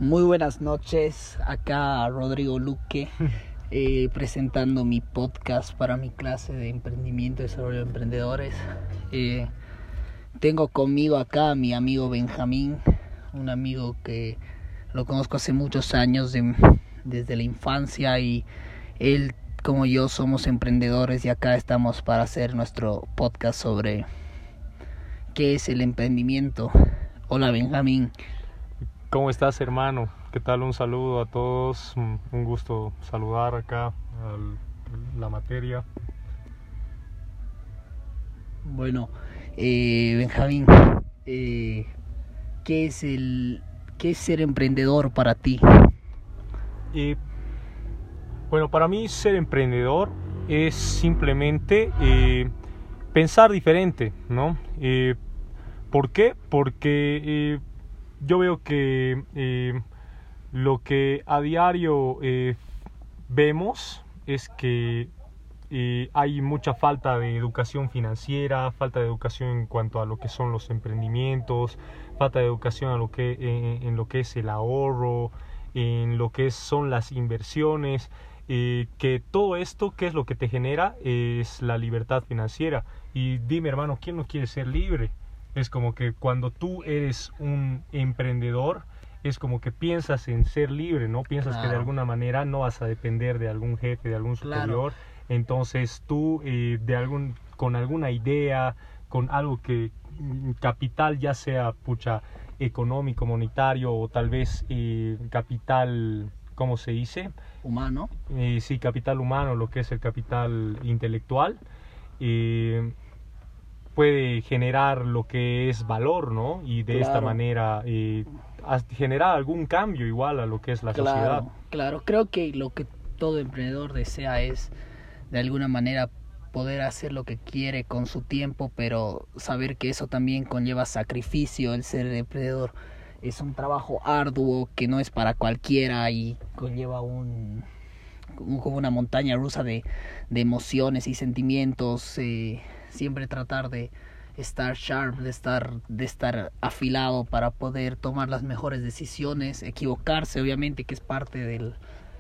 Muy buenas noches, acá Rodrigo Luque, presentando mi podcast para mi clase de emprendimiento y desarrollo de emprendedores. Tengo conmigo acá a mi amigo Benjamín, un amigo que lo conozco hace muchos años, desde la infancia, y él como yo somos emprendedores y acá estamos para hacer nuestro podcast sobre qué es el emprendimiento. Hola Benjamín. ¿Cómo estás, hermano? ¿Qué tal? Un saludo a todos. Un gusto saludar acá a la materia. Bueno, Benjamín, ¿qué es ser emprendedor para ti? Bueno, para mí ser emprendedor es simplemente pensar diferente, ¿no? ¿Por qué? Porque yo veo que lo que a diario vemos es que hay mucha falta de educación financiera, falta de educación en cuanto a lo que son los emprendimientos, falta de educación en lo que es el ahorro, en lo que son las inversiones, que todo esto, ¿qué es lo que te genera? Es la libertad financiera. Y dime, hermano, ¿quién no quiere ser libre? Es como que cuando tú eres un emprendedor, es como que piensas en ser libre, ¿no? Piensas que de alguna manera no vas a depender de algún jefe, de algún superior. Entonces tú con alguna idea, con algo que capital, ya sea económico, monetario, o tal vez capital, ¿cómo se dice? Humano. Sí, capital humano, lo que es el capital intelectual. Puede generar lo que es valor, ¿no? Y de esta manera generar algún cambio igual a lo que es la sociedad. Claro, creo que lo que todo emprendedor desea es de alguna manera poder hacer lo que quiere con su tiempo, pero saber que eso también conlleva sacrificio. El ser emprendedor es un trabajo arduo que no es para cualquiera y conlleva como una montaña rusa de emociones y sentimientos. Siempre tratar de estar sharp, de estar afilado para poder tomar las mejores decisiones, equivocarse obviamente, que es parte del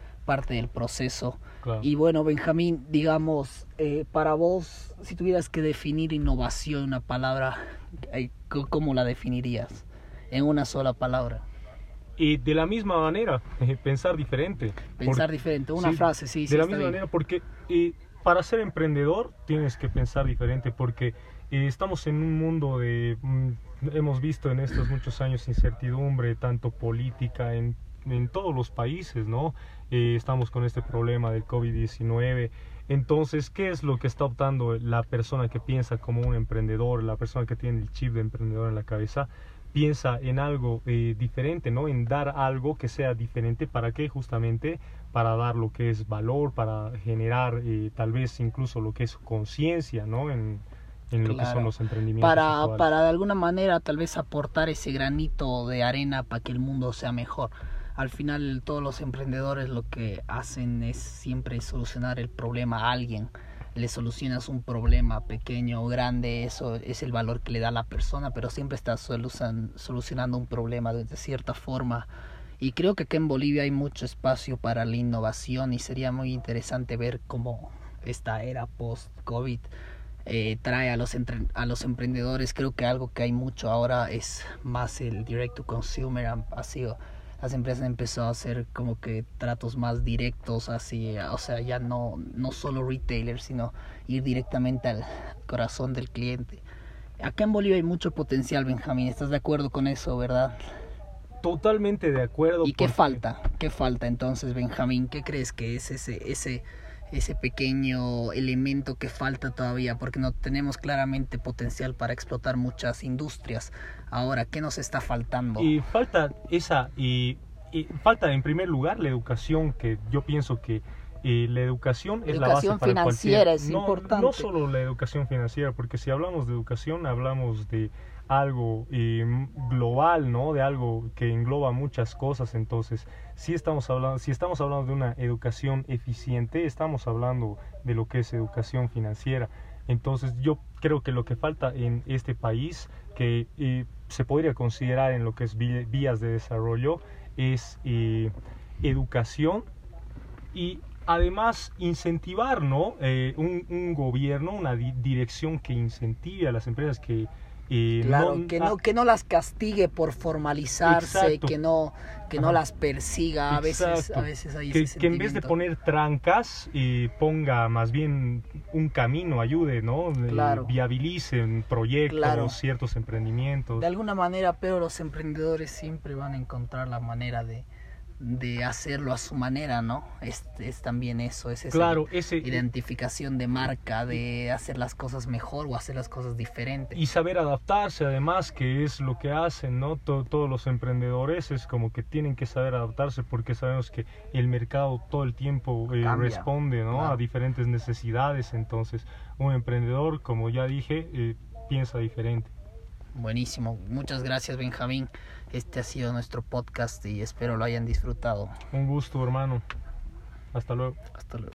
proceso. Claro. Y bueno, Benjamín, digamos, para vos, si tuvieras que definir innovación, una palabra, ¿cómo la definirías? En una sola palabra. Y de la misma manera, pensar diferente. Una frase, sí. De la misma manera, porque para ser emprendedor tienes que pensar diferente, porque estamos en un mundo hemos visto en estos muchos años incertidumbre, tanto política en todos los países, ¿no? Estamos con este problema del COVID-19. Entonces, ¿qué es lo que está optando la persona que piensa como un emprendedor, la persona que tiene el chip de emprendedor en la cabeza? Piensa en algo diferente, ¿no? En dar algo que sea diferente. ¿Para qué? Justamente para dar lo que es valor, para generar tal vez incluso lo que es conciencia, ¿no? En lo que son los emprendimientos actuales. Para de alguna manera tal vez aportar ese granito de arena para que el mundo sea mejor. Al final todos los emprendedores lo que hacen es siempre solucionar el problema a alguien. Le solucionas un problema pequeño o grande, eso es el valor que le da a la persona, pero siempre estás solucionando un problema de cierta forma. Y creo que acá en Bolivia hay mucho espacio para la innovación y sería muy interesante ver cómo esta era post-COVID trae a los emprendedores. Creo que algo que hay mucho ahora es más el direct to consumer. Las empresas han empezado a hacer como que tratos más directos, así, o sea, ya no solo retailers, sino ir directamente al corazón del cliente. Acá en Bolivia hay mucho potencial, Benjamín. ¿Estás de acuerdo con eso, verdad? Totalmente de acuerdo. ¿Y qué falta? ¿Qué falta entonces, Benjamín? ¿Qué crees que es ese pequeño elemento que falta todavía? Porque no tenemos claramente potencial para explotar muchas industrias. Ahora, ¿qué nos está faltando? Y falta falta en primer lugar la educación, que yo pienso que la educación es la base para financiera es importante. No solo la educación financiera, porque si hablamos de educación hablamos de algo global, ¿no? De algo que engloba muchas cosas. Entonces, si estamos hablando de una educación eficiente, estamos hablando de lo que es educación financiera. Entonces, yo creo que lo que falta en este país, que se podría considerar en lo que es vías de desarrollo es educación y además incentivar, ¿no? Un gobierno, una dirección que incentive a las empresas que claro, que no las castigue por formalizarse, exacto, que no las persiga. A veces hay ese que en vez de sentimiento. poner trancas ponga más bien un camino, ayude, ¿no? Claro. Viabilicen proyectos, Claro. ciertos emprendimientos. De alguna manera, pero los emprendedores siempre van a encontrar la manera de hacerlo a su manera, ¿no? Es también eso, es esa Claro, identificación de marca, de hacer las cosas mejor o hacer las cosas diferentes. y saber adaptarse, además, que es lo que hacen, ¿no? Todos los emprendedores es como que tienen que saber adaptarse, porque sabemos que el mercado todo el tiempo responde, ¿no? Claro. A diferentes necesidades. Entonces, un emprendedor, como ya dije, piensa diferente. Buenísimo, muchas gracias, Benjamín. Este ha sido nuestro podcast y espero lo hayan disfrutado. Un gusto, hermano. Hasta luego. Hasta luego.